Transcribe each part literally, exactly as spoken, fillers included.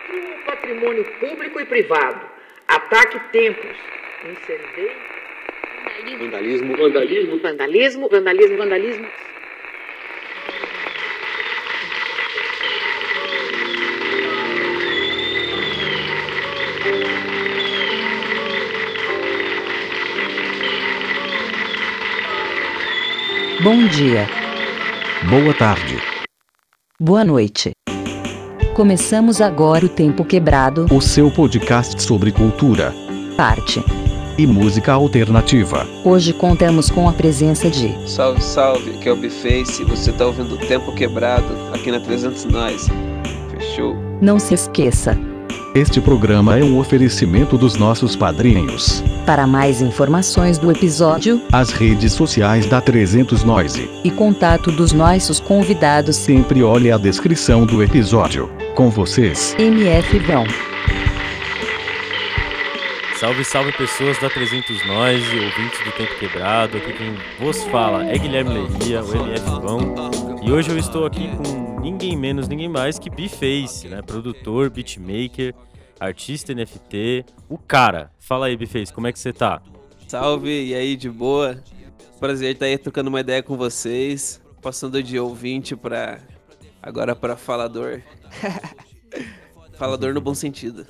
o patrimônio público e privado. Ataque templos. Incendeio. Vandalismo. Vandalismo. Vandalismo. Vandalismo. Vandalismo. Bom dia. Boa tarde. Boa noite. Começamos agora o Tempo Quebrado, O seu podcast sobre cultura, parte. e música alternativa. Hoje contamos com a presença de Salve, salve, aqui é o Biface, você tá ouvindo o Tempo Quebrado aqui na trezentos Nós. Fechou? Não se esqueça. Este programa é um oferecimento dos nossos padrinhos. Para mais informações do episódio, As redes sociais da trezentos Noise. e contato dos nossos convidados, Sempre olhe a descrição do episódio. Com vocês, M F Vão. Salve, salve pessoas da trezentos Nós e ouvintes do Tempo Quebrado. Aqui quem vos fala é Guilherme Lerria, o M F Vão. E hoje eu estou aqui com ninguém menos, ninguém mais que Biface, né? Produtor, beatmaker, artista N F T, o cara. Fala aí, Biface, como é que você tá? Salve, e aí, de boa? Prazer estar aí trocando uma ideia com vocês, passando de ouvinte pra... agora pra falador. Falador no bom sentido.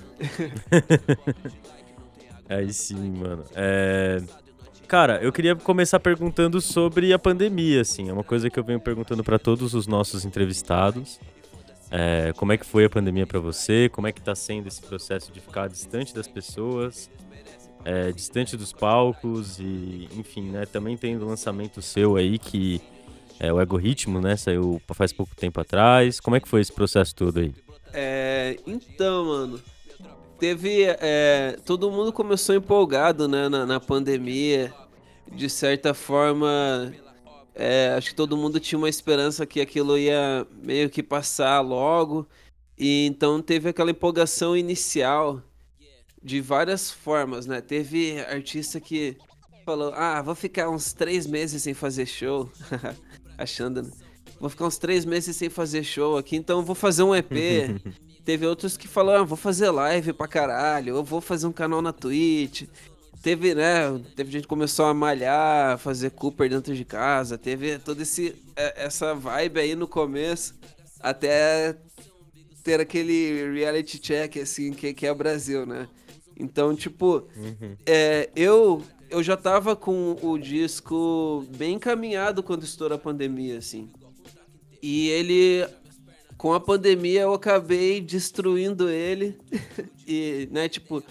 Aí sim, mano. É... Cara, eu queria começar perguntando sobre a pandemia, assim. É uma coisa que eu venho perguntando pra todos os nossos entrevistados. É... Como é que foi a pandemia pra você? Como é que tá sendo esse processo de ficar distante das pessoas, é... distante dos palcos e, enfim, né? Também tem o lançamento seu aí, que é o Ego-Ritmo, né? Saiu faz pouco tempo atrás. Como é que foi esse processo todo aí? É... Então, mano... Teve, é, todo mundo começou empolgado, né, na, na pandemia, de certa forma, é, acho que todo mundo tinha uma esperança que aquilo ia meio que passar logo, e então teve aquela empolgação inicial de várias formas, né, teve artista que falou, ah, vou ficar uns três meses sem fazer show, achando, né, vou ficar uns três meses sem fazer show aqui, então vou fazer um E P. Teve outros que falaram, ah, vou fazer live pra caralho, eu vou fazer um canal na Twitch. Teve, né, teve gente que começou a malhar, fazer Cooper dentro de casa. Teve toda esse, essa vibe aí no começo, até ter aquele reality check, assim, que, que é o Brasil, né? Então, tipo, Uhum. é, eu, eu já tava com o disco bem encaminhado quando estourou a pandemia, assim. E ele... Com a pandemia eu acabei destruindo ele e, né, tipo,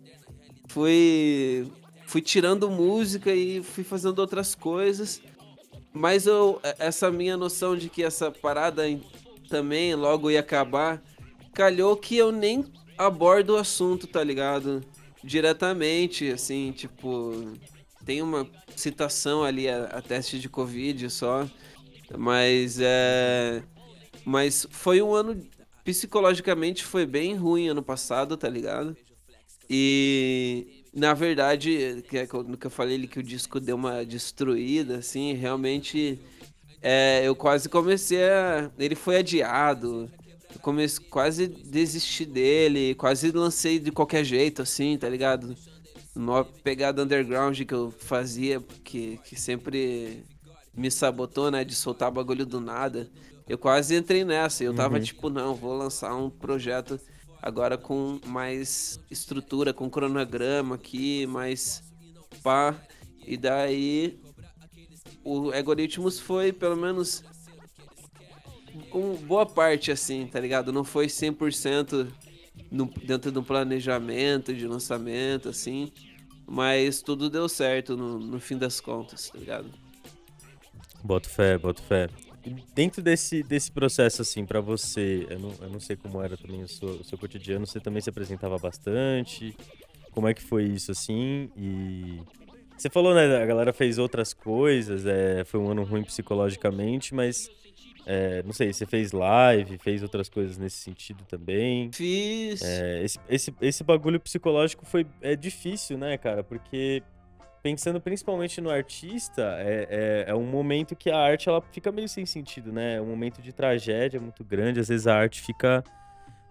fui, fui tirando música e fui fazendo outras coisas, mas eu, essa minha noção de que essa parada também logo ia acabar, calhou que eu nem abordo o assunto, tá ligado? Diretamente, assim, tipo, tem uma citação ali a, a teste de Covid só, mas é... Mas foi um ano, psicologicamente foi bem ruim ano passado, tá ligado? E, na verdade, que é no que eu falei ali que o disco deu uma destruída, assim, realmente é, eu quase comecei a... Ele foi adiado, eu comecei, quase desisti dele, quase lancei de qualquer jeito, assim, tá ligado? Uma pegada underground que eu fazia, que, que sempre me sabotou, né, de soltar bagulho do nada. Eu quase entrei nessa, eu tava Uhum. tipo, não, vou lançar um projeto agora com mais estrutura, com cronograma aqui, mais pá. E daí o Algoritmos foi pelo menos com boa parte assim, tá ligado? Não foi cem por cento no, dentro do planejamento de lançamento, assim, mas tudo deu certo no, no fim das contas, tá ligado? Boto fé, boto fé. Dentro desse, desse processo, assim, pra você, eu não, eu não sei como era também o seu, o seu cotidiano, você também se apresentava bastante? Como é que foi isso, assim? E você falou, né, a galera fez outras coisas, é, foi um ano ruim psicologicamente, mas, é, não sei, você fez live, fez outras coisas nesse sentido também? Fiz... É, esse, esse, esse bagulho psicológico foi, é difícil, né, cara, porque... Pensando principalmente no artista, é, é, é um momento que a arte ela fica meio sem sentido, né? É um momento de tragédia muito grande, às vezes a arte fica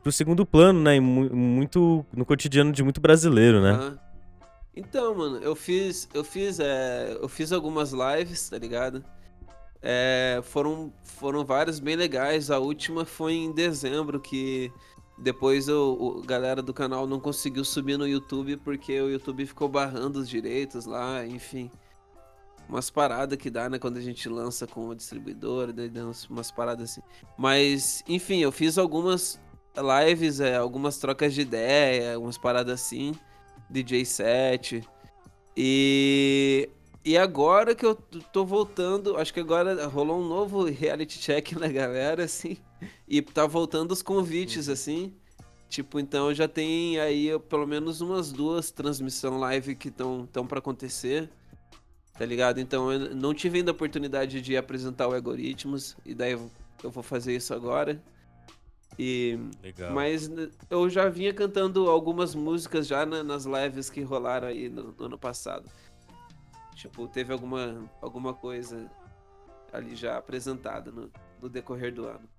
pro segundo plano, né? E mu- muito no cotidiano de muito brasileiro, né? Aham. Então, mano, eu fiz, eu fiz, é, eu fiz algumas lives, tá ligado? É, foram, foram várias bem legais. A última foi em dezembro, que depois o, o galera do canal não conseguiu subir no YouTube porque o YouTube ficou barrando os direitos lá, enfim. Umas paradas que dá, né, quando a gente lança com o distribuidor, daí dá umas, umas paradas assim. Mas, enfim, eu fiz algumas lives, é, algumas trocas de ideia, umas paradas assim, D J set. E, e agora que eu t- tô voltando, acho que agora rolou um novo reality check na galera, assim, e tá voltando os convites, assim. Tipo, então já tem aí pelo menos umas duas transmissão live que estão tão para acontecer, tá ligado? Então eu não tive ainda a oportunidade de apresentar o Algoritmos, e daí eu eu vou fazer isso agora. E Legal. mas né, eu já vinha cantando algumas músicas já na- nas lives que rolaram aí no, no ano passado. Tipo, teve alguma, alguma coisa ali já apresentada no, no decorrer do ano.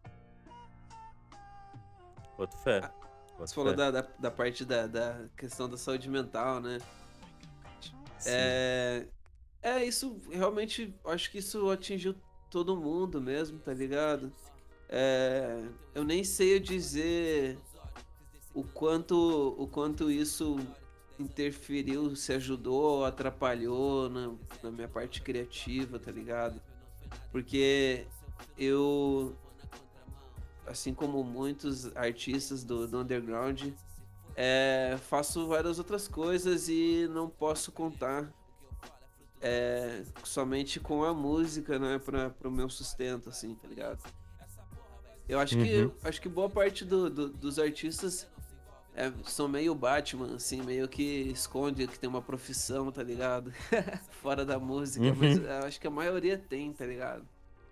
Boto fé. Boto Você falou fé. da, da, da parte da, da questão da saúde mental, né? Sim. É, é, isso realmente, acho que isso atingiu todo mundo mesmo, tá ligado? É, eu nem sei dizer o quanto, o quanto isso interferiu, se ajudou ou atrapalhou na, na minha parte criativa, tá ligado? Porque eu, assim como muitos artistas do, do underground, é, faço várias outras coisas e não posso contar é, somente com a música, né, para pro meu sustento, assim, tá ligado? Eu acho que, Uhum. acho que boa parte do, do- dos artistas é, são meio Batman, assim, meio que esconde que tem uma profissão, tá ligado? Fora da música, mas Uhum. eu acho que a maioria tem, tá ligado?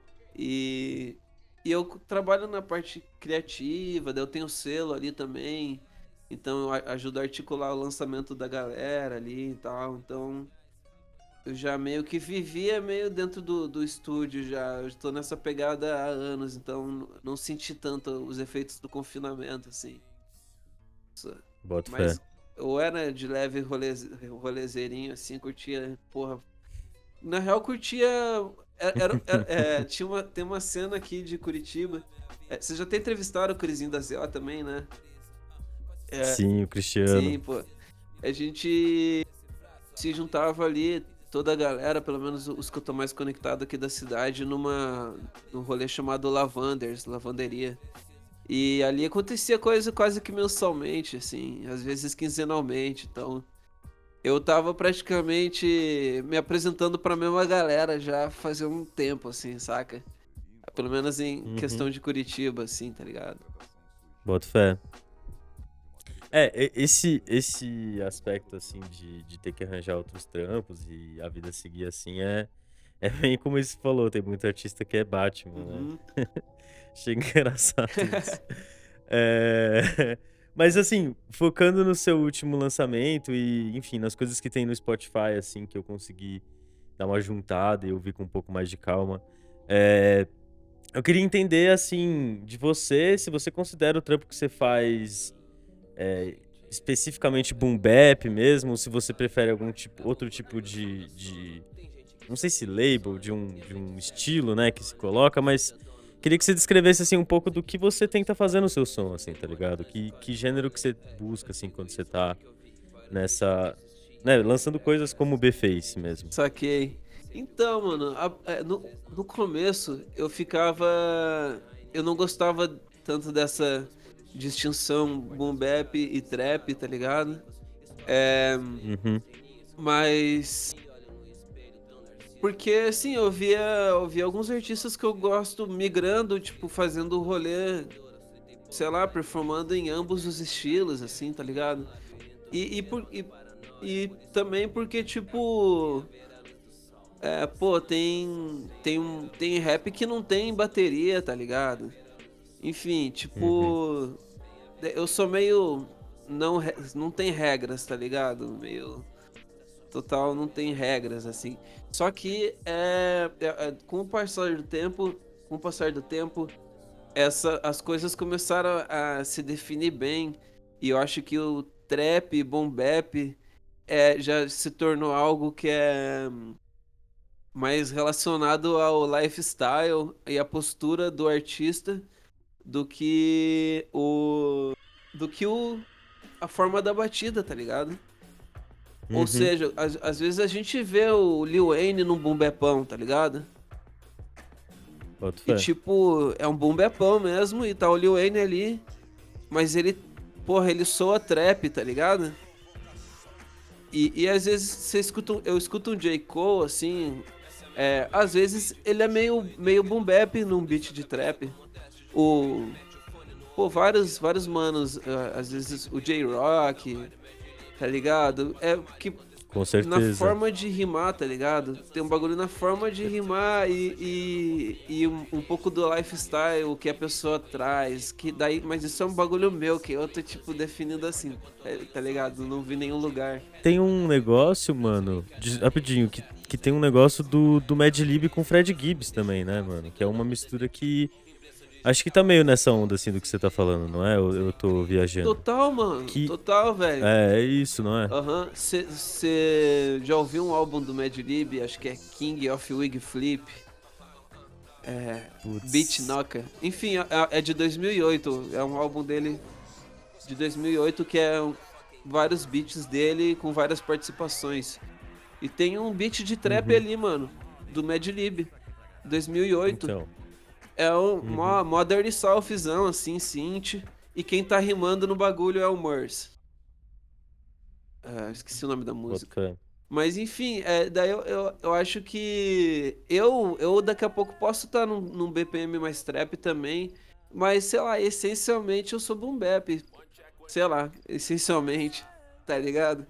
E, e eu trabalho na parte criativa, daí eu tenho selo ali também, então eu a- ajudo a articular o lançamento da galera ali e tal, então eu já meio que vivia meio dentro do, do estúdio já, eu estou nessa pegada há anos, então n- não senti tanto os efeitos do confinamento, assim. Só- Boto fé. Mas eu era de leve roleze, rolezeirinho, assim, curtia, porra. Na real, curtia. Era, era- era- é, tinha uma, tem uma cena aqui de Curitiba. É, você já tem entrevistado o Crisinho da Z O também, né? É, Sim, o Cristiano. sim, pô. A gente se juntava ali, toda a galera, pelo menos os que eu tô mais conectado aqui da cidade, numa, num rolê chamado Lavanders, lavanderia. E ali acontecia coisa quase que mensalmente, assim, às vezes quinzenalmente, então eu tava praticamente me apresentando pra mesma galera já fazia um tempo, assim, saca? Pelo menos em Uhum. questão de Curitiba, assim, tá ligado? Boto fé. É, e- esse, esse aspecto, assim, de, de ter que arranjar outros trampos e a vida seguir assim é, é bem como você falou, tem muito artista que é Batman, né? Uhum. Achei engraçado isso. É, Mas assim, focando no seu último lançamento e, enfim, nas coisas que tem no Spotify, assim, que eu consegui dar uma juntada e ouvir com um pouco mais de calma. é, Eu queria entender, assim, de você, se você considera o trampo que você faz é, especificamente boom bap mesmo, ou se você prefere algum tipo, outro tipo de, de não sei se label, de um, de um estilo, né, que se coloca, mas queria que você descrevesse, assim, um pouco do que você tenta fazer no seu som, assim, tá ligado? Que, que gênero que você busca, assim, quando você tá nessa, né, lançando coisas como o B-Face mesmo. Saquei. Então, mano, a- é, no, no começo eu ficava. Eu não gostava tanto dessa distinção boom bap e trap, tá ligado? É, Uhum, mas. Porque, assim, eu via, eu via alguns artistas que eu gosto migrando, tipo, fazendo rolê, sei lá, performando em ambos os estilos, assim, tá ligado? E, e, por- e, e também porque, tipo. É, pô, tem, tem, um, tem rap que não tem bateria, tá ligado? Enfim, uhum, tipo, eu sou meio não re- não tem regras, tá ligado? Meio total não tem regras assim. Só que é, é- é, com o passar do tempo, com o passar do tempo, essa, as coisas começaram a se definir bem, e eu acho que o trap, boom bap, é, já se tornou algo que é mais relacionado ao lifestyle e à postura do artista do que o do que o a forma da batida, tá ligado? Ou Uhum. seja, às, às vezes a gente vê o Lil Wayne num boom bapão, tá ligado? Boto E fé. tipo, é um boom bapão mesmo e tá o Lil Wayne ali, mas ele, porra, ele soa trap, tá ligado? E, e às vezes você escuta, um- eu escuto um J. Cole, assim, é, às vezes ele é meio, meio boom bap num beat de trap. O, pô, vários, vários manos, ah, às vezes o J-Rock, tá ligado? É que Com na certeza. forma de rimar, tá ligado? Tem um bagulho na forma de rimar e, e, e um, um pouco do lifestyle que a pessoa traz, que daí, mas isso é um bagulho meu, que eu tô, tipo, definindo assim, tá, tá ligado? Não vi nenhum lugar. Tem um negócio, mano, de- rapidinho, que, que tem um negócio do, do Mad Lib com Fred Gibbs também, né, mano? Que é uma mistura que acho que tá meio nessa onda, assim, do que você tá falando, não é? Eu, eu tô viajando. Total, mano, Que total, velho. é, é isso, não é? Aham, você já ouviu um álbum do Mad Lib? Acho que é King of Wig Flip. É, Beat Putz. Knocker. Enfim, é, é de dois mil e oito. É um álbum dele de dois mil e oito que é um- vários beats dele com várias participações. E tem um beat de trap Uhum. ali, mano, do Mad Lib, dois mil e oito. Então. É um Uhum. mó, mó Dirty Southzão, assim, synth. E quem tá rimando no bagulho é o Murs. Ah, esqueci o nome da Boto música. fé. Mas enfim, é, daí eu, eu, eu acho que eu, eu daqui a pouco posso estar num, num B P M mais trap também, mas sei lá, essencialmente eu sou boom bap, sei lá, essencialmente, tá ligado?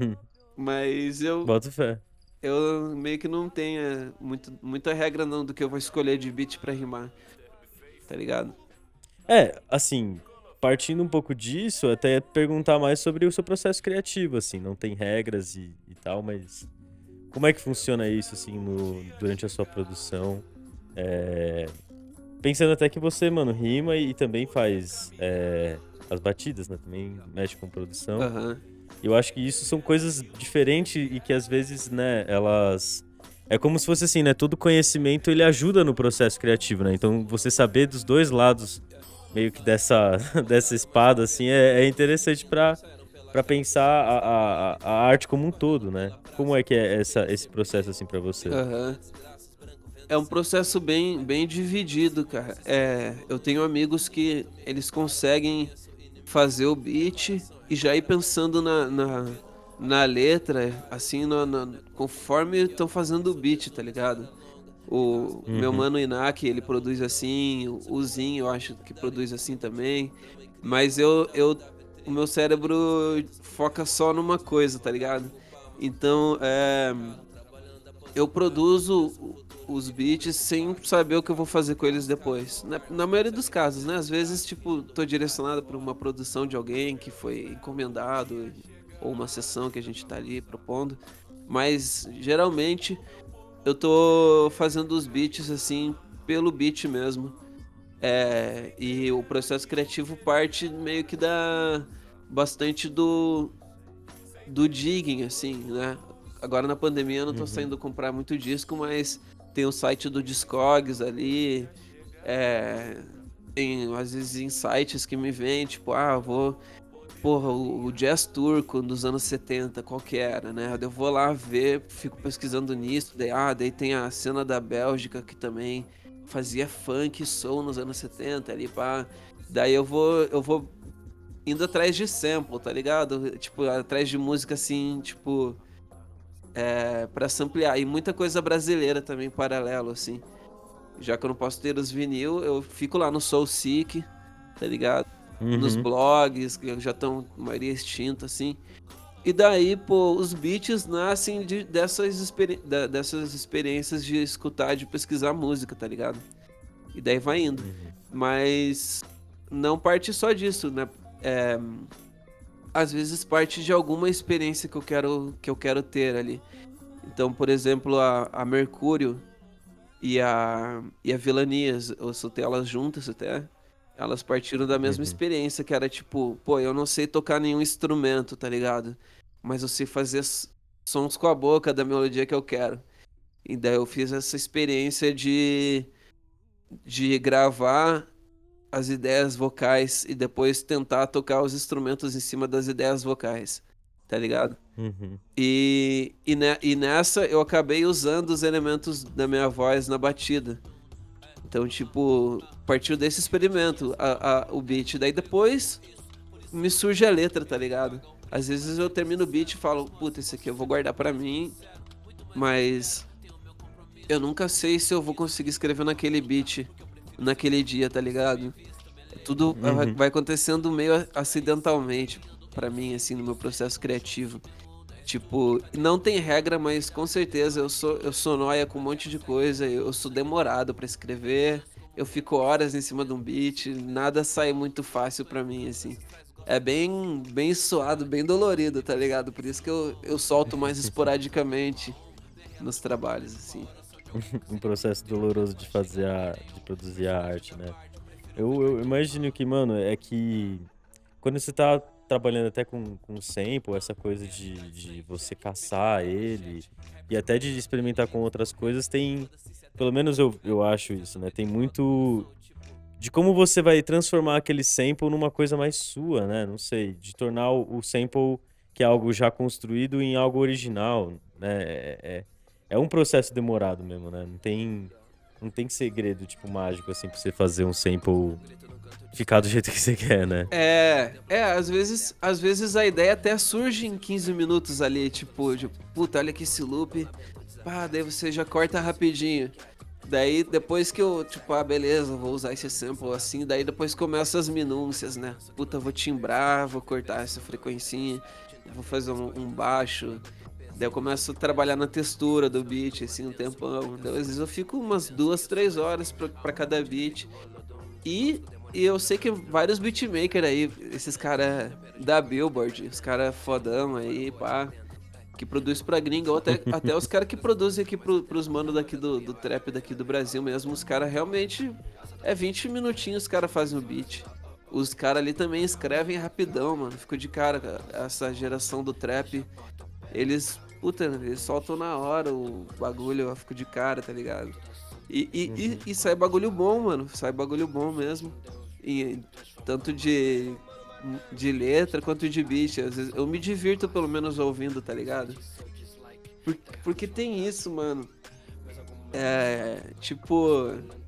Mas eu, Boto fé. eu meio que não tenho é, muito, muita regra não do que eu vou escolher de beat pra rimar, tá ligado? É, assim, partindo um pouco disso, até ia perguntar mais sobre o seu processo criativo, assim, não tem regras e, e tal, mas como é que funciona isso, assim, no, durante a sua produção? É, pensando até que você, mano, rima e, também faz é, as batidas, né? Também mexe com produção. Aham. Eu acho que isso são coisas diferentes e que às vezes, né, elas... É como se fosse assim, né? Todo conhecimento, ele ajuda no processo criativo, né? Então, você saber dos dois lados, meio que dessa, dessa espada, assim, é, é interessante pra, pra pensar a, a, a arte como um todo, né? Como é que é essa, esse processo, assim, pra você? Aham. É um processo bem, bem dividido, cara. É, eu tenho amigos que eles conseguem fazer o beat e já ir pensando na, na, na letra, assim, na- na- conforme estão fazendo o beat, tá ligado? O meu Uhum. mano Inak, ele produz assim, o o Zinho, eu acho que produz assim também. Mas eu, eu, o meu cérebro foca só numa coisa, tá ligado? Então, é eu produzo os beats sem saber o que eu vou fazer com eles depois. Na, na maioria dos casos, né? Às vezes, tipo, tô direcionado para uma produção de alguém que foi encomendado, ou uma sessão que a gente tá ali propondo. Mas, geralmente, eu tô fazendo os beats, assim, pelo beat mesmo. É, e o processo criativo parte meio que da... bastante do do digging, assim, né? Agora na pandemia eu não tô Uhum. saindo comprar muito disco, mas tem o site do Discogs ali, é, tem às vezes insights que me vêm, tipo, ah, eu vou, porra, o, o jazz turco dos anos setenta, qual que era, né? Daí eu vou lá ver, fico pesquisando nisso, daí, ah, daí tem a cena da Bélgica que também fazia funk e soul nos anos setenta ali, pá. Daí eu vou, eu vou indo atrás de sample, tá ligado? Tipo, atrás de música assim, tipo, é, pra samplear. E muita coisa brasileira também, paralelo, assim. Já que eu não posso ter os vinil, eu fico lá no SoulSeek, tá ligado? Nos Uhum. blogs, que já estão, a maioria extinta, assim. E daí, pô, os beats nascem de, dessas, experi da- dessas experiências de escutar, de pesquisar música, tá ligado? E daí vai indo. Uhum. Mas não parte só disso, né? É, às vezes parte de alguma experiência que eu quero, que eu quero ter ali. Então, por exemplo, a, a Mercúrio e a, e a Vilanias. Eu soltei elas juntas até. Elas partiram da mesma Uhum. experiência, que era tipo, pô, eu não sei tocar nenhum instrumento, tá ligado? Mas eu sei fazer s- sons com a boca da melodia que eu quero. E daí eu fiz essa experiência de, de gravar as ideias vocais e depois tentar tocar os instrumentos em cima das ideias vocais, tá ligado? Uhum. E, e, ne- e nessa eu acabei usando os elementos da minha voz na batida. Então, tipo, partiu desse experimento a, a- o beat. Daí depois me surge a letra, tá ligado? Às vezes eu termino o beat e falo, puta, esse aqui eu vou guardar pra mim, mas eu nunca sei se eu vou conseguir escrever naquele beat, naquele dia, tá ligado? Tudo vai Uhum. vai acontecendo meio acidentalmente pra mim, assim, no meu processo criativo. Tipo, não tem regra, mas com certeza eu sou, eu sou nóia com um monte de coisa, eu sou demorado pra escrever, eu fico horas em cima de um beat, nada sai muito fácil pra mim, assim. É bem, bem suado, bem dolorido, tá ligado? Por isso que eu, eu solto mais esporadicamente nos trabalhos, assim. Um processo doloroso de fazer a, de produzir a arte, né? Eu, eu imagino que, mano, é que quando você tá trabalhando até com, com sample, essa coisa de, de você caçar ele e até de experimentar com outras coisas, tem, pelo menos eu, eu acho isso, né? Tem muito de como você vai transformar aquele sample numa coisa mais sua, né? Não sei, de tornar o, o sample que é algo já construído em algo original, né? É, é, é um processo demorado mesmo, né? Não tem, não tem segredo, tipo, mágico, assim, pra você fazer um sample ficar do jeito que você quer, né? É, é, às vezes, às vezes a ideia até surge em quinze minutos ali, tipo, de, puta, olha aqui esse loop, pá, daí você já corta rapidinho. Daí depois que eu, tipo, ah, beleza, vou usar esse sample assim, daí depois começam as minúcias, né? Puta, vou timbrar, vou cortar essa frequencinha, vou fazer um, um baixo. Daí eu começo a trabalhar na textura do beat, assim, um tempão. Daí, às vezes eu fico umas duas, três horas pra, pra cada beat. E, e eu sei que vários beatmakers aí, esses caras da Billboard, os caras fodão aí, pá, que produz pra gringa, ou até, até os caras que produzem aqui pro, pros manos daqui do, do trap daqui do Brasil mesmo, os caras realmente, é vinte minutinhos os caras fazem o beat. Os caras ali também escrevem rapidão, mano, fico de cara, essa geração do trap, eles, puta, eles soltam na hora o bagulho, eu fico de cara, tá ligado? E, e, e, e sai bagulho bom, mano. Sai bagulho bom mesmo. E, tanto de, de letra quanto de beat. Às vezes eu me divirto pelo menos ouvindo, tá ligado? Por, porque tem isso, mano. É. Tipo.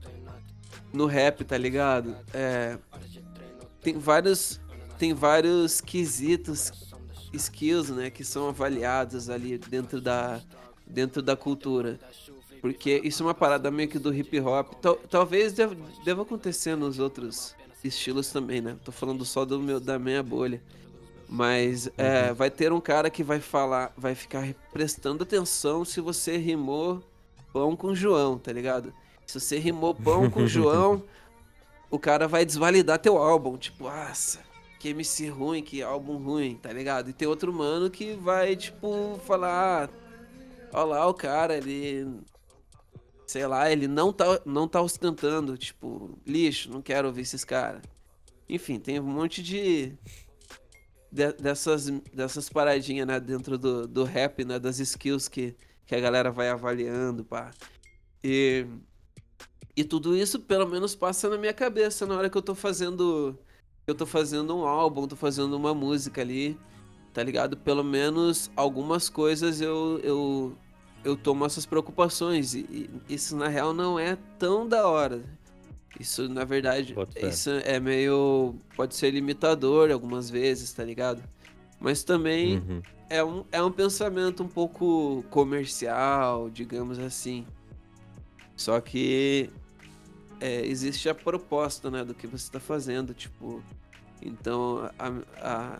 No rap, tá ligado? É. Tem vários. Tem vários quesitos, skills, né? Que são avaliados ali dentro da. Dentro da cultura. Porque isso é uma parada meio que do hip hop. Tal, talvez deva, deva acontecer nos outros estilos também, né? Tô falando só do meu, da minha bolha. Mas é, vai ter um cara que vai falar, vai ficar prestando atenção se você rimou pão com João, tá ligado? Se você rimou pão com João, o cara vai desvalidar teu álbum. Tipo, nossa, que M C ruim, que álbum ruim, tá ligado? E tem outro mano que vai, tipo, falar, ah, olha lá o cara, ele sei lá, ele não tá, não tá ostentando, tipo, lixo, não quero ouvir esses caras. Enfim, tem um monte de, de- dessas, dessas paradinhas, né, dentro do, do rap, né, das skills que, que a galera vai avaliando, pá. E, e tudo isso, pelo menos, passa na minha cabeça na hora que eu tô fazendo, eu tô fazendo um álbum, tô fazendo uma música ali, tá ligado? Pelo menos algumas coisas eu, eu, eu tomo essas preocupações. E, e isso na real não é tão da hora. Isso, na verdade, Boto fé. isso é meio. Pode ser limitador algumas vezes, tá ligado? Mas também Uhum. é um, é um pensamento um pouco comercial, digamos assim. Só que é, existe a proposta, né, do que você tá fazendo, tipo. Então, a, a-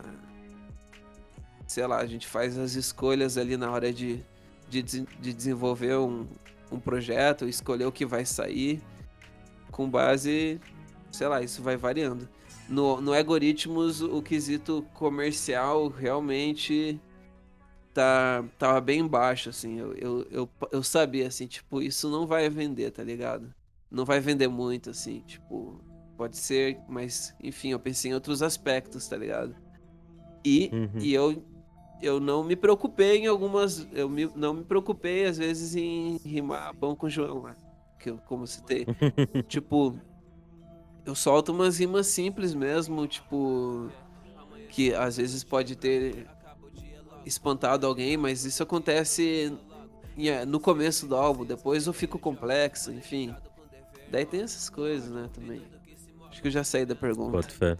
sei lá, a gente faz as escolhas ali na hora de, de, desen- de desenvolver um, um projeto, escolher o que vai sair, com base, sei lá, isso vai variando. No, no Algoritmos, o quesito comercial realmente tá, tava bem baixo, assim. Eu, eu, eu, eu sabia, assim, tipo, isso não vai vender, tá ligado? Não vai vender muito, assim, tipo, pode ser, mas, enfim, eu pensei em outros aspectos, tá ligado? E, Uhum. e eu, eu não me preocupei em algumas. Eu me, não me preocupei, às vezes, em rimar pão com João lá. Que eu, como eu citei. Tipo, eu solto umas rimas simples mesmo, tipo. Que às vezes pode ter espantado alguém, mas isso acontece em- é, no começo do álbum, depois eu fico complexo, enfim. Daí tem essas coisas, né, também. Acho que eu já saí da pergunta. Boto fé.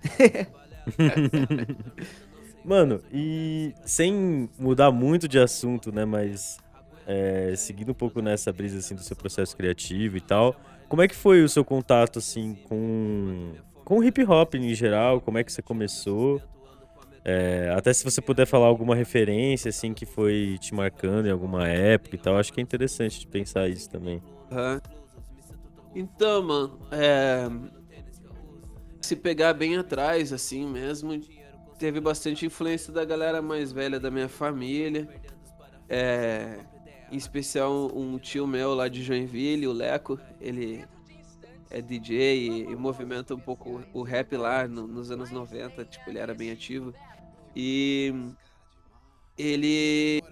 Mano, e sem mudar muito de assunto, né, mas é, seguindo um pouco nessa brisa, assim, do seu processo criativo e tal, como é que foi o seu contato, assim, com, com o hip hop em geral? Como é que você começou? É, até se você puder falar alguma referência, assim, que foi te marcando em alguma época e tal, acho que é interessante de pensar isso também. Aham. Então, mano, é, se pegar bem atrás, assim mesmo, teve bastante influência da galera mais velha da minha família. É, em especial um tio meu lá de Joinville, o Leco, ele é D J e, e movimenta um pouco o rap lá no- nos anos noventa, tipo, ele era bem ativo. E ele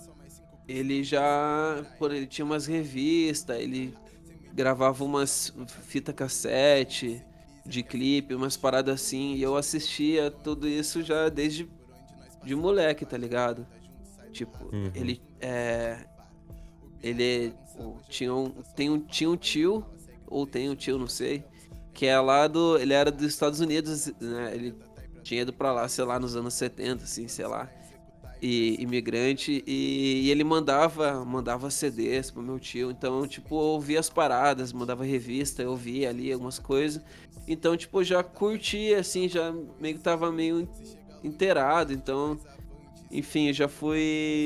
ele já, quando ele tinha umas revistas, ele gravava umas fita cassete de clipe, umas paradas assim, e eu assistia tudo isso já desde de moleque, tá ligado? Tipo, Uhum. ele é ele o- tinha um, tem um, tinha um tio, ou tem um tio, não sei, que é lá do. Ele era dos Estados Unidos, né? Ele tinha ido pra lá, sei lá, nos anos setenta, assim, sei lá. E imigrante, e, e ele mandava, mandava C Ds pro meu tio. Então, tipo, eu ouvia as paradas, mandava revista, eu ouvia ali algumas coisas. Então, tipo, eu já curtia, assim, já meio que tava meio inteirado. Então, enfim, eu já fui.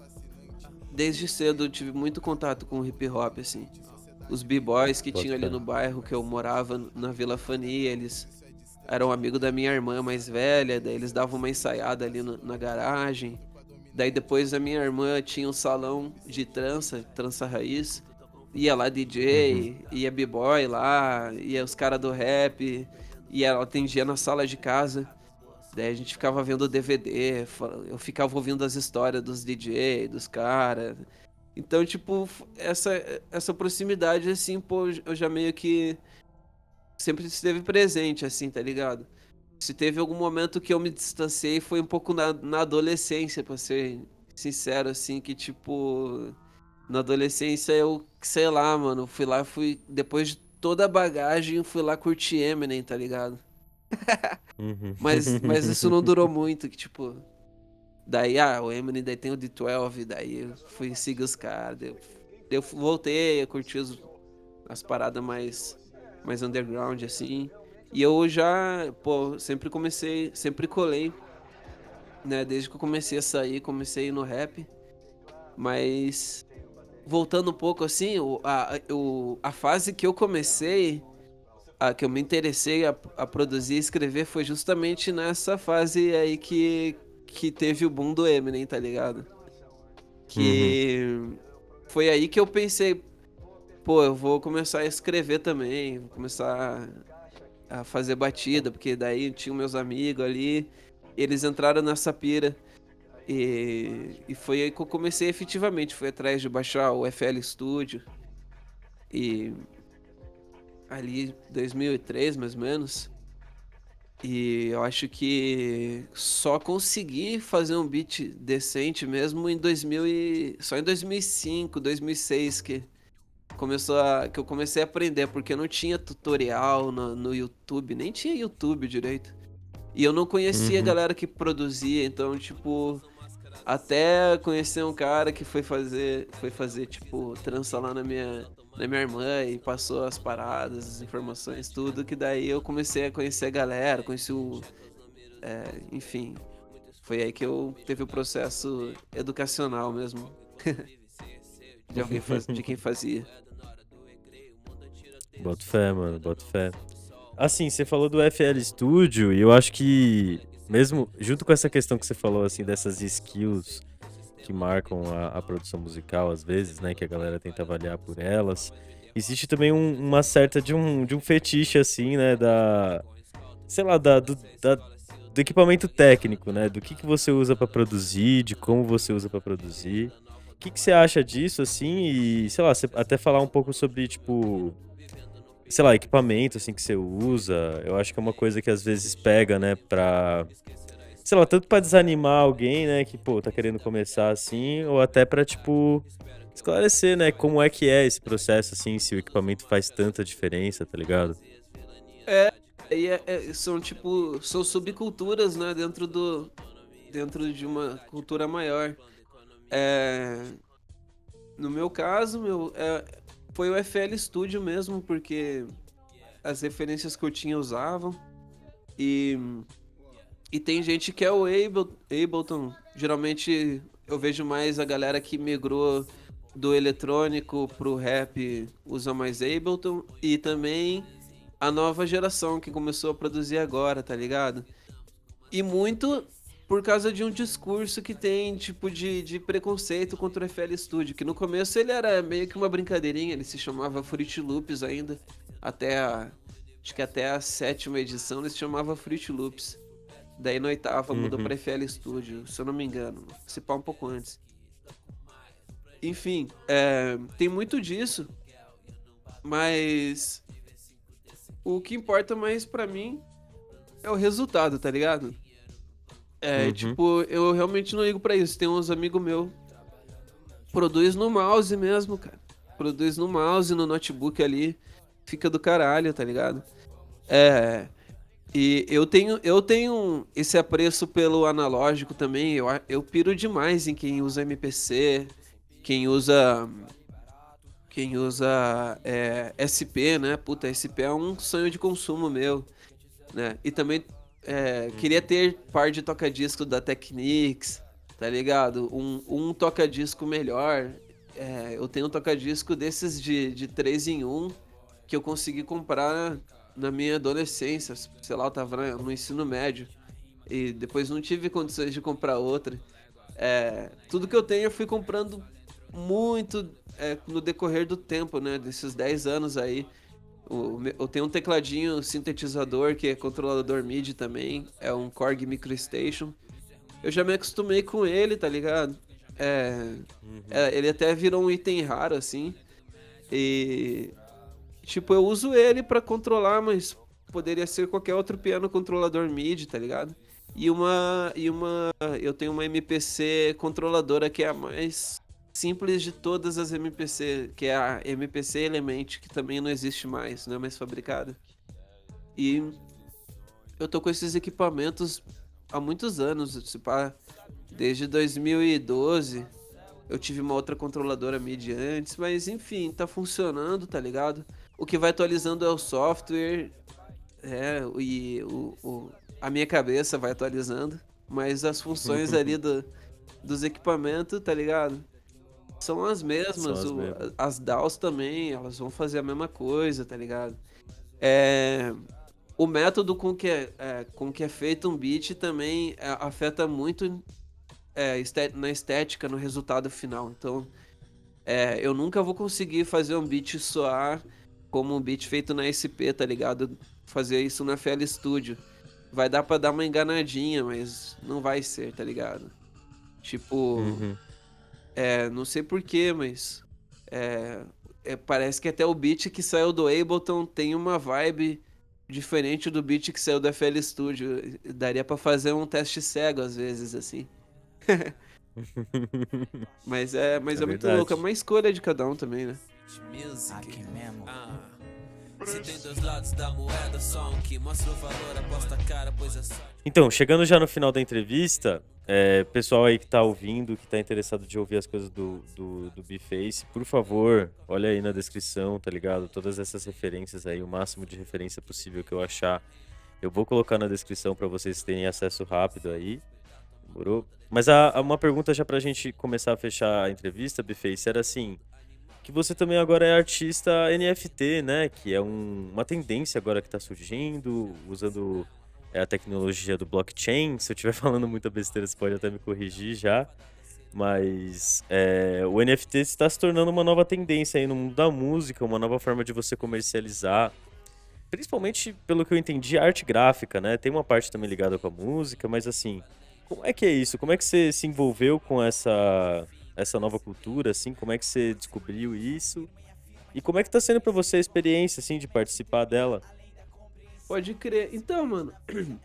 Desde cedo eu tive muito contato com o hip hop, assim. Os b-boys que Boto tinham ali fé. no bairro que eu morava, na Vila Fani, eles eram amigos da minha irmã mais velha, daí eles davam uma ensaiada ali no- na garagem. Daí depois a minha irmã tinha um salão de trança, trança raiz. Ia lá Uhum. D J, ia b-boy lá, ia os caras do rap, e ela atendia na sala de casa. Daí a gente ficava vendo D V D, fa- eu ficava ouvindo as histórias dos D J, dos caras. Então, tipo, f- essa, essa proximidade, assim, pô, eu já meio que sempre esteve presente, assim, tá ligado? Se teve algum momento que eu me distanciei, foi um pouco na, na adolescência, pra ser sincero, assim, que, tipo, na adolescência eu, sei lá, mano, fui lá, fui, depois de toda a bagagem, fui lá curtir Eminem, tá ligado? Uhum. Mas, mas isso não durou muito, que, tipo, daí, ah, o Eminem, daí tem o D doze, daí eu fui seguir os caras, daí eu, daí eu voltei a curtir os- as paradas mais, mais underground, assim. E eu já, pô, sempre comecei, sempre colei, né? Desde que eu comecei a sair, comecei no rap. Mas, voltando um pouco assim, o, a, o, a fase que eu comecei, a que eu me interessei a, a produzir e escrever foi justamente nessa fase aí que, que teve o boom do Eminem, tá ligado? Uhum. Que foi aí que eu pensei, pô, eu vou começar a escrever também, vou começar a fazer batida, porque daí tinha meus amigos ali, eles entraram nessa pira. E, e foi aí que eu comecei efetivamente, fui atrás de baixar o F L Studio. E ali dois mil e três, mais ou menos. E eu acho que só consegui fazer um beat decente mesmo em dois mil e... só em dois mil e cinco, dois mil e seis que começou a... que eu comecei a aprender, porque não tinha tutorial no, no YouTube, nem tinha YouTube direito. E eu não conhecia a Uhum. galera que produzia, então, tipo, até conhecer um cara que foi fazer, foi fazer tipo, trança lá na minha, na minha irmã e passou as paradas, as informações, tudo, que daí eu comecei a conhecer a galera, conheci o, é, enfim, foi aí que eu teve o processo educacional mesmo, de alguém faz, de quem fazia. Boto fé, mano, boto fé. Assim, você falou do F L Studio e eu acho que, mesmo junto com essa questão que você falou, assim, dessas skills que marcam a, a produção musical, às vezes, né? Que a galera tenta avaliar por elas. Existe também um- uma certa de um, de um fetiche, assim, né? Da, sei lá, da, do, da- do equipamento técnico, né? Do que, que você usa pra produzir, de como você usa pra produzir. O que, que você acha disso, assim? E, sei lá, você até falar um pouco sobre, tipo, sei lá, equipamento, assim, que você usa. Eu acho que é uma coisa que às vezes pega, né? Pra, sei lá, tanto pra desanimar alguém, né? Que, pô, tá querendo começar assim, ou até pra, tipo, esclarecer, né? Como é que é esse processo, assim, se o equipamento faz tanta diferença, tá ligado? E é- é- são tipo, são subculturas, né, dentro do, dentro de uma cultura maior. É, no meu caso, meu, é, foi o F L Studio mesmo, porque as referências que eu tinha usavam. E, e tem gente que é o Ableton, Ableton. Geralmente eu vejo mais a galera que migrou do eletrônico pro rap usa mais Ableton. E também a nova geração que começou a produzir agora, tá ligado? E muito por causa de um discurso que tem, tipo, de, de preconceito contra o F L Studio, que no começo ele era meio que uma brincadeirinha, ele se chamava Fruit Loops ainda, até a, acho que até a sétima edição ele se chamava Fruit Loops. Daí na oitava mudou Uhum. pra F L Studio, se eu não me engano, se pá um pouco antes. Enfim, é, tem muito disso, mas o que importa mais pra mim é o resultado, tá ligado? É, Uhum. tipo, eu realmente não ligo pra isso. Tem uns amigos meus, produz no mouse mesmo, cara. Produz no mouse, no notebook ali, fica do caralho, tá ligado? É, e eu tenho, eu tenho esse apreço pelo analógico também. Eu, a- eu piro demais em quem usa M P C, quem usa, quem usa é, S P, né? Puta, S P é um sonho de consumo meu, né? E também é, queria ter par de toca-disco da Technics, tá ligado? Um, um toca-disco melhor. É, eu tenho um toca-disco desses de, de três em um que eu consegui comprar na minha adolescência. Sei lá, eu tava na- no ensino médio. E depois não tive condições de comprar outra. É, tudo que eu tenho eu fui comprando muito é, no decorrer do tempo, né? Desses dez anos aí. O me- eu tenho um tecladinho sintetizador que é controlador M I D I também, é um Korg Microstation. Eu já me acostumei com ele, tá ligado? É, é, ele até virou um item raro assim. E tipo, eu uso ele pra controlar, mas poderia ser qualquer outro piano controlador M I D I, tá ligado? E uma e uma eu tenho uma M P C controladora que é a mais simples de todas as M P C, que é a M P C Element, que também não existe mais, não é mais fabricada. E eu tô com esses equipamentos há muitos anos, se pá, desde dois mil e doze. Eu tive uma outra controladora M I D I antes, mas enfim, tá funcionando, tá ligado? O que vai atualizando é o software, é, e o, o- a minha cabeça vai atualizando, mas as funções ali do, dos equipamentos, tá ligado? São as São mesmas, as o- mesmas. as D A Ws também, elas vão fazer a mesma coisa, tá ligado? É, o método com que é, é, com que é feito um beat também é, afeta muito é, esté- na estética, no resultado final. Então, é, eu nunca vou conseguir fazer um beat soar como um beat feito na S P, tá ligado? Fazer isso na F L Studio. Vai dar pra dar uma enganadinha, mas não vai ser, tá ligado? Tipo, Uhum. é, não sei porquê, mas é, é, parece que até o beat que saiu do Ableton tem uma vibe diferente do beat que saiu do F L Studio. Daria pra fazer um teste cego às vezes, assim. Mas é, mas É é, muito verdade. louco, é uma escolha de cada um também, né? Aqui mesmo. Se tem dois lados da moeda, só um que mostra o valor, aposta a cara, pois é só. Então, chegando já no final da entrevista, é, pessoal aí que tá ouvindo, que tá interessado de ouvir as coisas do, do, do B-Face, por favor, olha aí na descrição, tá ligado? Todas essas referências aí, o máximo de referência possível que eu achar, eu vou colocar na descrição pra vocês terem acesso rápido aí. Demorou? Mas a, a- uma pergunta já pra gente começar a fechar a entrevista, B-Face, era assim, que você também agora é artista N F T, né? Que é um- uma tendência agora que tá surgindo, usando é, a tecnologia do blockchain. Se eu estiver falando muita besteira, você pode até me corrigir já. Mas é, o N F T está se tornando uma nova tendência aí no mundo da música, uma nova forma de você comercializar. Principalmente, pelo que eu entendi, a arte gráfica, né? Tem uma parte também ligada com a música, mas assim, como é que é isso? Como é que você se envolveu com essa, essa nova cultura, assim? Como é que você descobriu isso? E como é que tá sendo pra você a experiência, assim, de participar dela? Pode crer. Então, mano,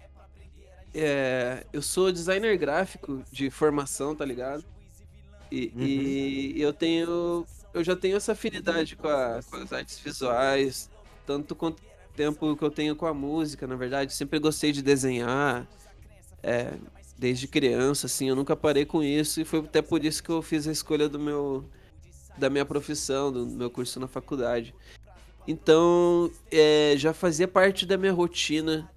é, eu sou designer gráfico de formação, tá ligado? E, Uhum. e eu tenho. Eu já tenho essa afinidade com, a- com as artes visuais, tanto quanto tempo que eu tenho com a música, na verdade. Sempre gostei de desenhar, é, desde criança, assim, eu nunca parei com isso, e foi até por isso que eu fiz a escolha do meu, da minha profissão, do meu curso na faculdade. Então, é, já fazia parte da minha rotina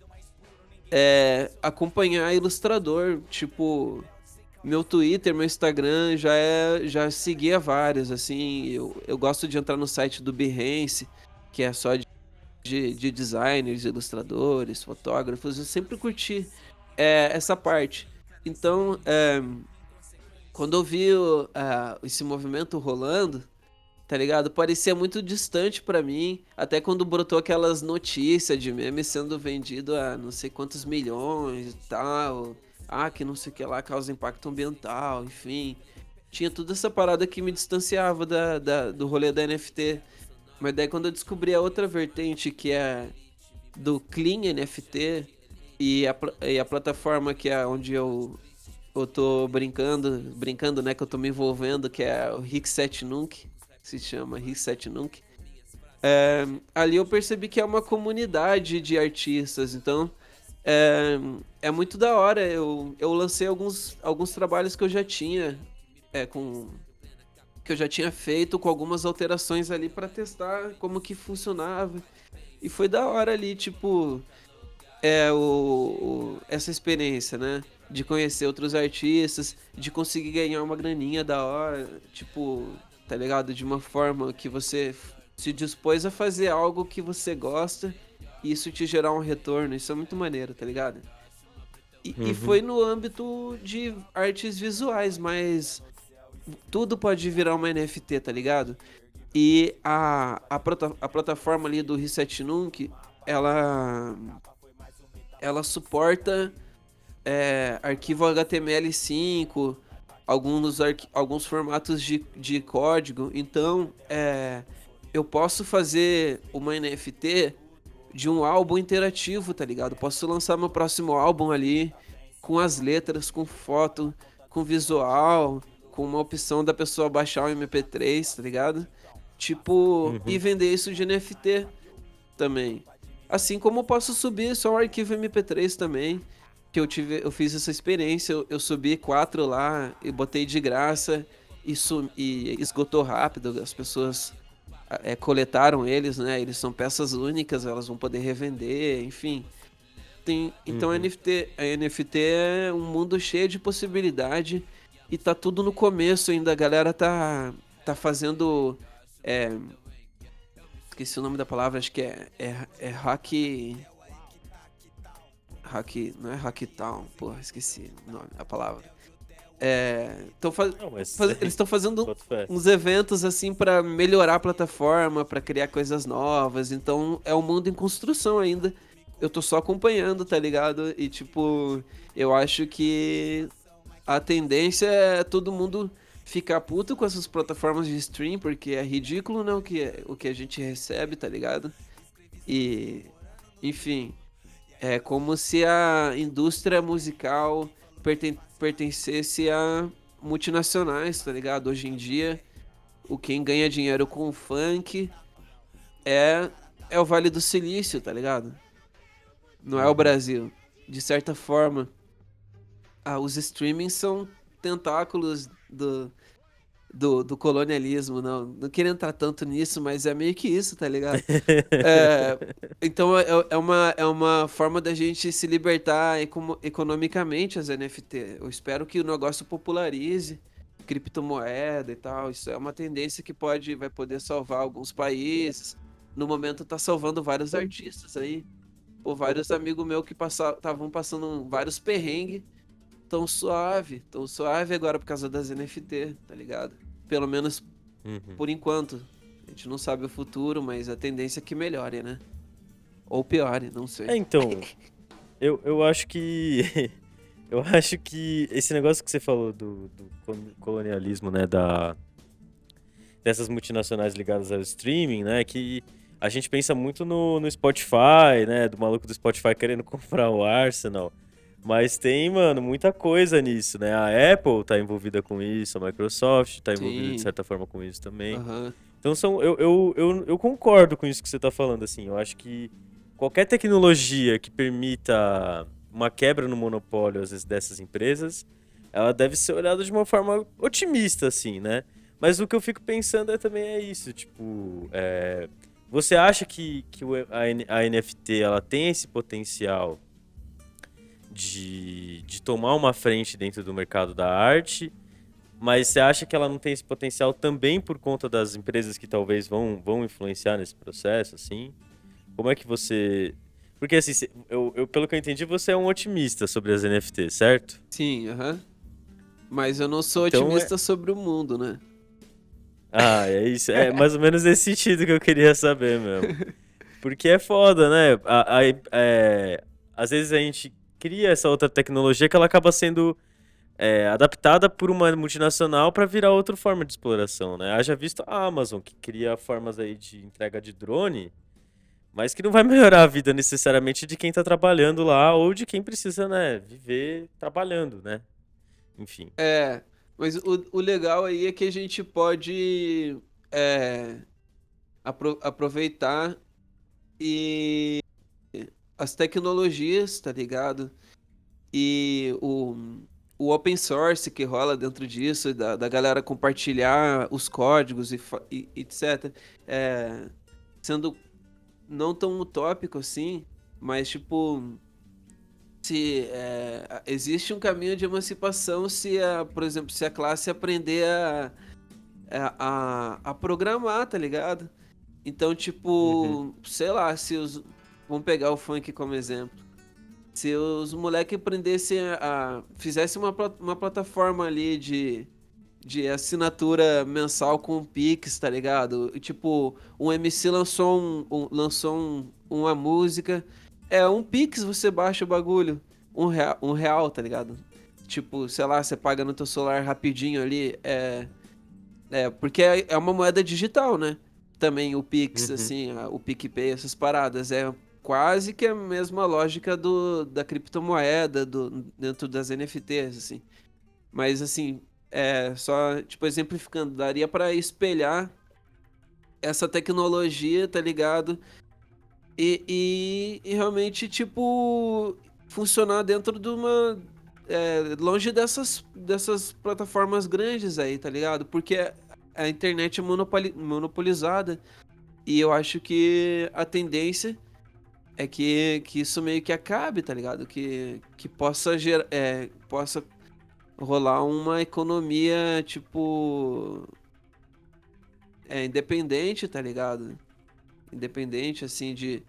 é, acompanhar ilustrador, tipo, meu Twitter, meu Instagram já é, já seguia vários, assim, eu, eu gosto de entrar no site do Behance, que é só de, de, de designers, ilustradores, fotógrafos, eu sempre curti é, essa parte. Então, é, quando eu vi o- a- esse movimento rolando, tá ligado? Parecia muito distante pra mim, até quando brotou aquelas notícias de meme sendo vendido a não sei quantos milhões e tal. Ah, que não sei o que lá causa impacto ambiental, enfim. Tinha toda essa parada que me distanciava da, da- do rolê da N F T. Mas daí quando eu descobri a outra vertente, que é do Clean N F T, e a, pla- e a plataforma que é onde eu, eu tô brincando, brincando, né, que eu tô me envolvendo, que é o Rixet Nunc, se chama Rixet Nunc. É, ali eu percebi que é uma comunidade de artistas, então é, é muito da hora. Eu, eu lancei alguns, alguns trabalhos que eu já tinha, é, com, que eu já tinha feito com algumas alterações ali pra testar como que funcionava. E foi da hora ali, tipo, é o, o- essa experiência, né? De conhecer outros artistas, de conseguir ganhar uma graninha da hora, tipo, tá ligado? De uma forma que você f- se dispôs a fazer algo que você gosta e isso te gerar um retorno. Isso é muito maneiro, tá ligado? E, e Uhum. foi no âmbito de artes visuais, mas tudo pode virar uma N F T, tá ligado? E a, a, plata- a plataforma ali do Reset Nunc, ela, ela suporta é, arquivo H T M L cinco, alguns, arqui- alguns formatos de, de código. Então, é, eu posso fazer uma N F T de um álbum interativo, tá ligado? Posso lançar meu próximo álbum ali com as letras, com foto, com visual, com uma opção da pessoa baixar o M P três, tá ligado? Tipo, e Uhum. vender isso de N F T também. Assim como eu posso subir só um arquivo M P três também, que eu tive, eu fiz essa experiência, eu, eu subi quatro lá e botei de graça e, su- e esgotou rápido, as pessoas é, coletaram eles, né? Eles são peças únicas, elas vão poder revender, enfim. Tem, então a Uhum. N F T, a N F T é um mundo cheio de possibilidade e tá tudo no começo ainda. A galera tá, tá fazendo. É, esqueci o nome da palavra, acho que é, é, é hack. Hack. Não é Hacktown, porra, esqueci o nome, a palavra. É, tão faz, Não, mas faz- eles estão fazendo boto fé. uns eventos assim pra melhorar a plataforma, pra criar coisas novas. Então é um mundo em construção ainda. Eu tô só acompanhando, tá ligado? E tipo, eu acho que a tendência é todo mundo ficar puto com essas plataformas de stream, porque é ridículo, né, o que, o que a gente recebe, tá ligado? E, enfim, é como se a indústria musical perten pertencesse a multinacionais, tá ligado? Hoje em dia, o quem ganha dinheiro com o funk é, é o Vale do Silício, tá ligado? Não é o Uhum. Brasil. De certa forma, ah, os streamings são tentáculos do, do, do colonialismo, não. Não queria entrar tanto nisso, mas é meio que isso, tá ligado? É, então é, é uma, é uma forma da gente se libertar econo- economicamente as N F T. Eu espero que o negócio popularize, criptomoeda e tal. Isso é uma tendência que pode, vai poder salvar alguns países. No momento tá salvando vários artistas aí. Pô, vários amigos meus que estavam passando vários perrengues tão suave, tão suave agora por causa das N F T, tá ligado? Pelo menos Uhum. por enquanto. A gente não sabe o futuro, mas a tendência é que melhore, né? Ou piore, não sei. É, então, eu, eu acho que. Eu acho que esse negócio que você falou do, do col- colonialismo, né? Da, dessas multinacionais ligadas ao streaming, né? Que a gente pensa muito no, no Spotify, né? Do maluco do Spotify querendo comprar o Arsenal. Mas tem, mano, muita coisa nisso, né? A Apple tá envolvida com isso, a Microsoft tá envolvida de Sim. certa forma com isso também. Aham. Então são, eu, eu, eu, eu concordo com isso que você tá falando, assim. Eu acho que qualquer tecnologia que permita uma quebra no monopólio, às vezes, dessas empresas, ela deve ser olhada de uma forma otimista, assim, né? Mas o que eu fico pensando é também é isso, tipo, é, você acha que, que o- a, N- a N F T ela tem esse potencial de, de tomar uma frente dentro do mercado da arte, mas você acha que ela não tem esse potencial também por conta das empresas que talvez vão, vão influenciar nesse processo, assim? Como é que você... Porque, assim, cê- eu, eu- pelo que eu entendi, você é um otimista sobre as N F T, certo? Sim, aham. Mas eu não sou Então é- otimista sobre o mundo, né? Ah, é isso. É mais ou menos esse sentido que eu queria saber mesmo. Porque é foda, né? A- a- é, às vezes a gente cria essa outra tecnologia que ela acaba sendo é, adaptada por uma multinacional para virar outra forma de exploração, né? Haja visto a Amazon, que cria formas aí de entrega de drone, mas que não vai melhorar a vida necessariamente de quem tá trabalhando lá ou de quem precisa, né, viver trabalhando, né? Enfim. É, mas o, o legal aí é que a gente pode é, apro- aproveitar e as tecnologias, tá ligado? E o, o open source que rola dentro disso, da, da galera compartilhar os códigos e, fa- e etc. É, sendo não tão utópico assim, mas tipo, se é, existe um caminho de emancipação se a, por exemplo, se a classe aprender a, a, a, a programar, tá ligado? Então, Uhum. tipo, sei lá, se os. Vamos pegar o funk como exemplo. Se os moleques aprendessem a. a fizessem uma, pla- uma plataforma ali de, de assinatura mensal com o Pix, tá ligado? E, tipo, um M C lançou, um, um- lançou um- uma música. É um Pix, você baixa o bagulho. Um real, um real, tá ligado? Tipo, sei lá, você paga no teu celular rapidinho ali. É, é porque é é uma moeda digital, né? Também o Pix, Uhum. assim, a- o PicPay, essas paradas. É quase que a mesma lógica do, da criptomoeda do, dentro das N F Ts, assim. Mas, assim, é só, tipo, exemplificando, daria pra espelhar essa tecnologia, tá ligado? E, e, e realmente, tipo, funcionar dentro de uma. É, longe dessas, dessas plataformas grandes aí, tá ligado? Porque a a internet é monopoli- monopolizada e eu acho que a tendência é que, que isso meio que acabe, tá ligado? Que, que possa, ger, é, possa rolar uma economia, tipo, é, independente, tá ligado? Independente, assim, de,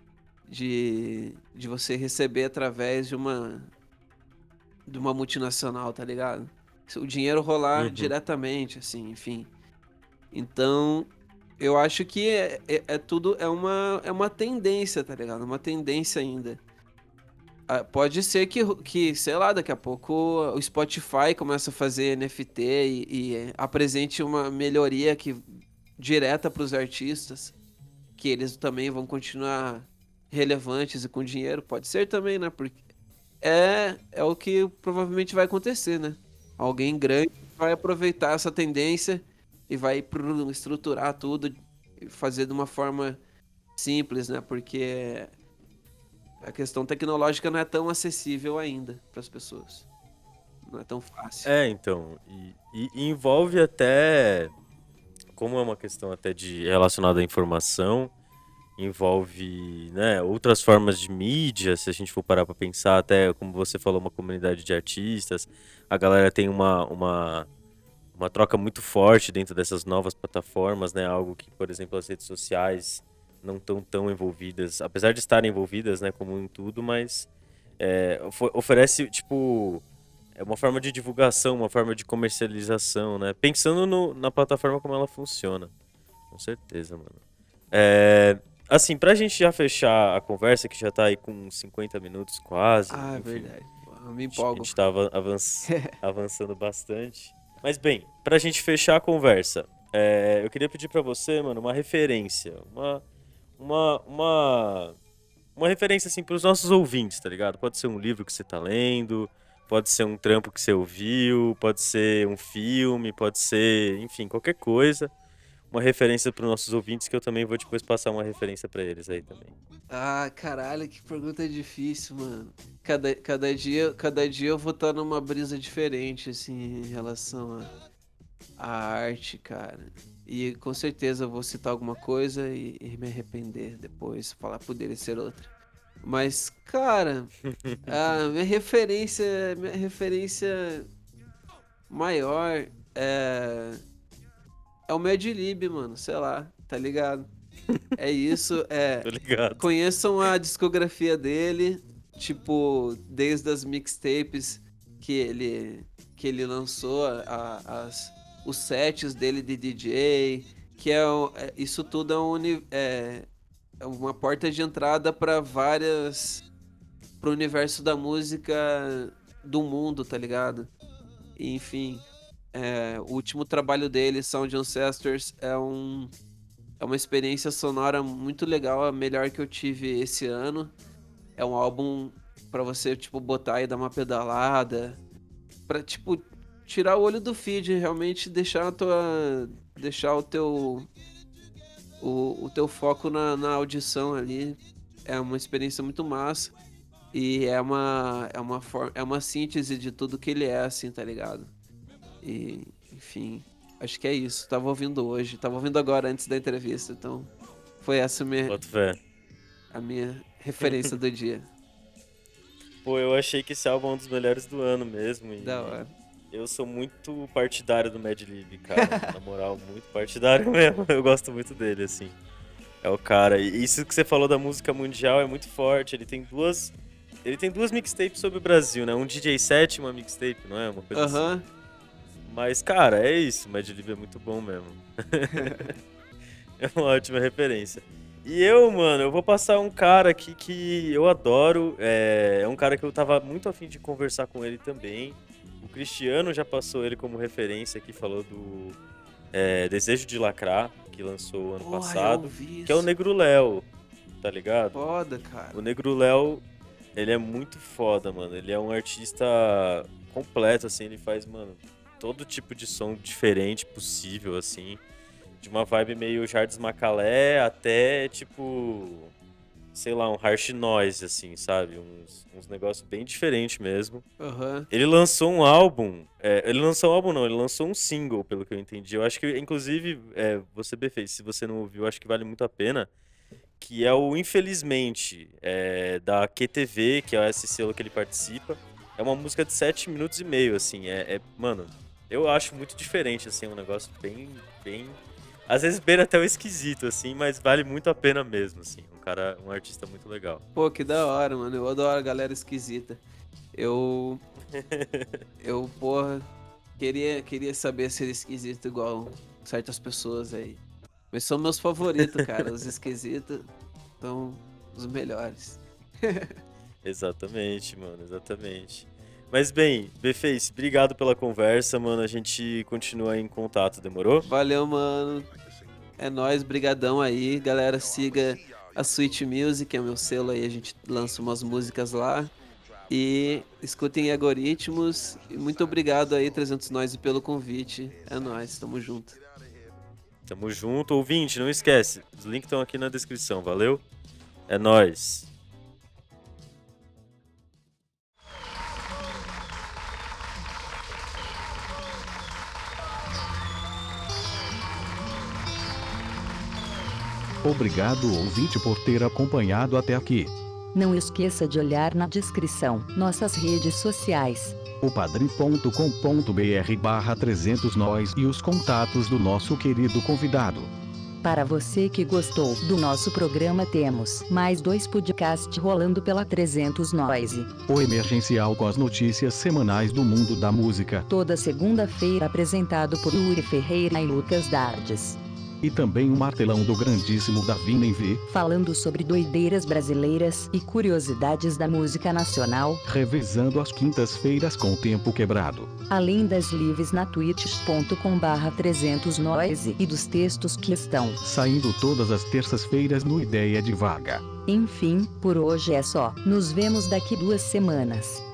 de, de você receber através de uma, de uma multinacional, tá ligado? O dinheiro rolar Uhum. diretamente, assim, enfim. Então, eu acho que é, é, é tudo, é uma, é uma tendência, tá ligado? Uma tendência ainda. Ah, pode ser que, que, sei lá, daqui a pouco o Spotify começa a fazer N F T e, e é, apresente uma melhoria que, direta para os artistas, que eles também vão continuar relevantes e com dinheiro. Pode ser também, né? Porque é, é o que provavelmente vai acontecer, né? Alguém grande vai aproveitar essa tendência e vai pro- estruturar tudo e fazer de uma forma simples, né? Porque a questão tecnológica não é tão acessível ainda para as pessoas. Não é tão fácil. É, então, e, e- e envolve até, como é uma questão até de relacionada à informação, envolve, né, outras formas de mídia, se a gente for parar pra pensar, até como você falou, uma comunidade de artistas, a galera tem uma, uma, uma troca muito forte dentro dessas novas plataformas, né, algo que, por exemplo, as redes sociais não estão tão envolvidas, apesar de estarem envolvidas, né, como em tudo, mas é, ofo- oferece, tipo, é uma forma de divulgação, uma forma de comercialização, né? Pensando no- na plataforma como ela funciona. Com certeza, mano. É, assim, pra gente já fechar a conversa, que já tá aí com cinquenta minutos quase. Ah, é enfim, verdade. Eu me A empolgo. gente tá avan- avanç- avançando bastante. Mas bem, pra gente fechar a conversa, é, eu queria pedir pra você, mano, uma referência. Uma, uma, uma, uma referência, assim, pros nossos ouvintes, tá ligado? Pode ser um livro que você tá lendo, pode ser um trampo que você ouviu, pode ser um filme, pode ser, enfim, qualquer coisa. Uma referência pros nossos ouvintes, que eu também vou depois passar uma referência pra eles aí também. Ah, caralho, que pergunta difícil, mano. Cada, cada dia, cada dia eu vou estar numa brisa diferente, assim, em relação à à arte, cara. E com certeza eu vou citar alguma coisa e, e me arrepender depois, falar poderia ser outra. Mas, cara, a minha referência, minha referência maior é é o Mad Lib, mano, sei lá, tá ligado? É isso, é. Tô ligado. Conheçam a discografia dele, tipo, desde as mixtapes que ele, que ele lançou, a- a- as, os sets dele de D J, que é, o- é- isso tudo é, um uni- é- é uma porta de entrada para várias, pro universo da música do mundo, tá ligado? E, enfim, é, o último trabalho dele, Sound Ancestors, é um é uma experiência sonora muito legal, a melhor que eu tive esse ano. É um álbum pra você, tipo, botar e dar uma pedalada, pra, tipo, tirar o olho do feed, realmente deixar a tua deixar o teu o, o teu foco na, na audição ali. É uma experiência muito massa e é uma é uma for, é uma síntese de tudo que ele é, assim, tá ligado? E, enfim, acho que é isso. Tava ouvindo hoje, tava ouvindo agora antes da entrevista, então foi essa a minha, Boto fé. a minha referência do dia. Pô, eu achei que esse álbum é um dos melhores do ano mesmo. E Da hora. eu sou muito partidário do Mad Lib, cara. Na moral, muito partidário mesmo. Eu gosto muito dele, assim. É o cara. E isso que você falou da música mundial é muito forte. Ele tem duas. Ele tem duas mixtapes sobre o Brasil, né? Um D J set e uma mixtape, não é? Uma coisa assim. Aham. Mas, cara, é isso. O Mad Lib é muito bom mesmo. É uma ótima referência. E eu, mano, eu vou passar um cara aqui que eu adoro. É, é um cara que eu tava muito afim de conversar com ele também. O Cristiano já passou ele como referência aqui, falou do é, Desejo de Lacrar, que lançou ano Porra, eu passado. ouvi Que é o isso. Negro Léo, tá ligado? Foda, cara. O Negro Léo, ele é muito foda, mano. Ele é um artista completo, assim. Ele faz, mano, todo tipo de som diferente possível, assim. De uma vibe meio Jardim Macalé até, tipo, sei lá, um harsh noise, assim, sabe? Uns, uns negócios bem diferentes mesmo. Aham. Ele lançou um álbum, é, ele lançou um álbum não, ele lançou um single, pelo que eu entendi. Eu acho que, inclusive, é, você, B fez, se você não ouviu, eu acho que vale muito a pena. Que é o Infelizmente, é, da Q T V, que é esse selo que ele participa. É uma música de sete minutos e meio, assim, é, é mano, eu acho muito diferente, assim, é um negócio bem, bem... Às vezes beira até o esquisito, assim, mas vale muito a pena mesmo, assim. Um cara, um artista muito legal. Pô, que da hora, mano. Eu adoro a galera esquisita. Eu. Eu, porra, queria, queria saber ser esquisito igual certas pessoas aí. Mas são meus favoritos, cara. Os esquisitos são os melhores. Exatamente, mano, exatamente. Mas bem, B-Face, obrigado pela conversa, mano. A gente continua em contato, demorou? Valeu, mano. É nóis, brigadão aí. Galera, siga a Sweet Music, é meu selo aí. A gente lança umas músicas lá. E escutem Algoritmos. E muito obrigado aí, trezentos Nós, pelo convite. É nóis, tamo junto. Tamo junto. Ouvinte, não esquece, os links estão aqui na descrição, valeu? É nóis. Obrigado, ouvinte, por ter acompanhado até aqui. Não esqueça de olhar na descrição nossas redes sociais. o padrim ponto com ponto br barra trezentos nós e os contatos do nosso querido convidado. Para você que gostou do nosso programa, temos mais dois podcasts rolando pela trezentos Noise. O Emergencial com as notícias semanais do mundo da música. Toda segunda-feira apresentado por Yuri Ferreira e Lucas Dardes. E também o Martelão do grandíssimo Davi Nenvê, falando sobre doideiras brasileiras e curiosidades da música nacional, revezando às quintas-feiras com o tempo quebrado. Além das lives na twitch ponto com barra trezentos noise e dos textos que estão saindo todas as terças-feiras no Ideia de Vaga. Enfim, por hoje é só. Nos vemos daqui duas semanas.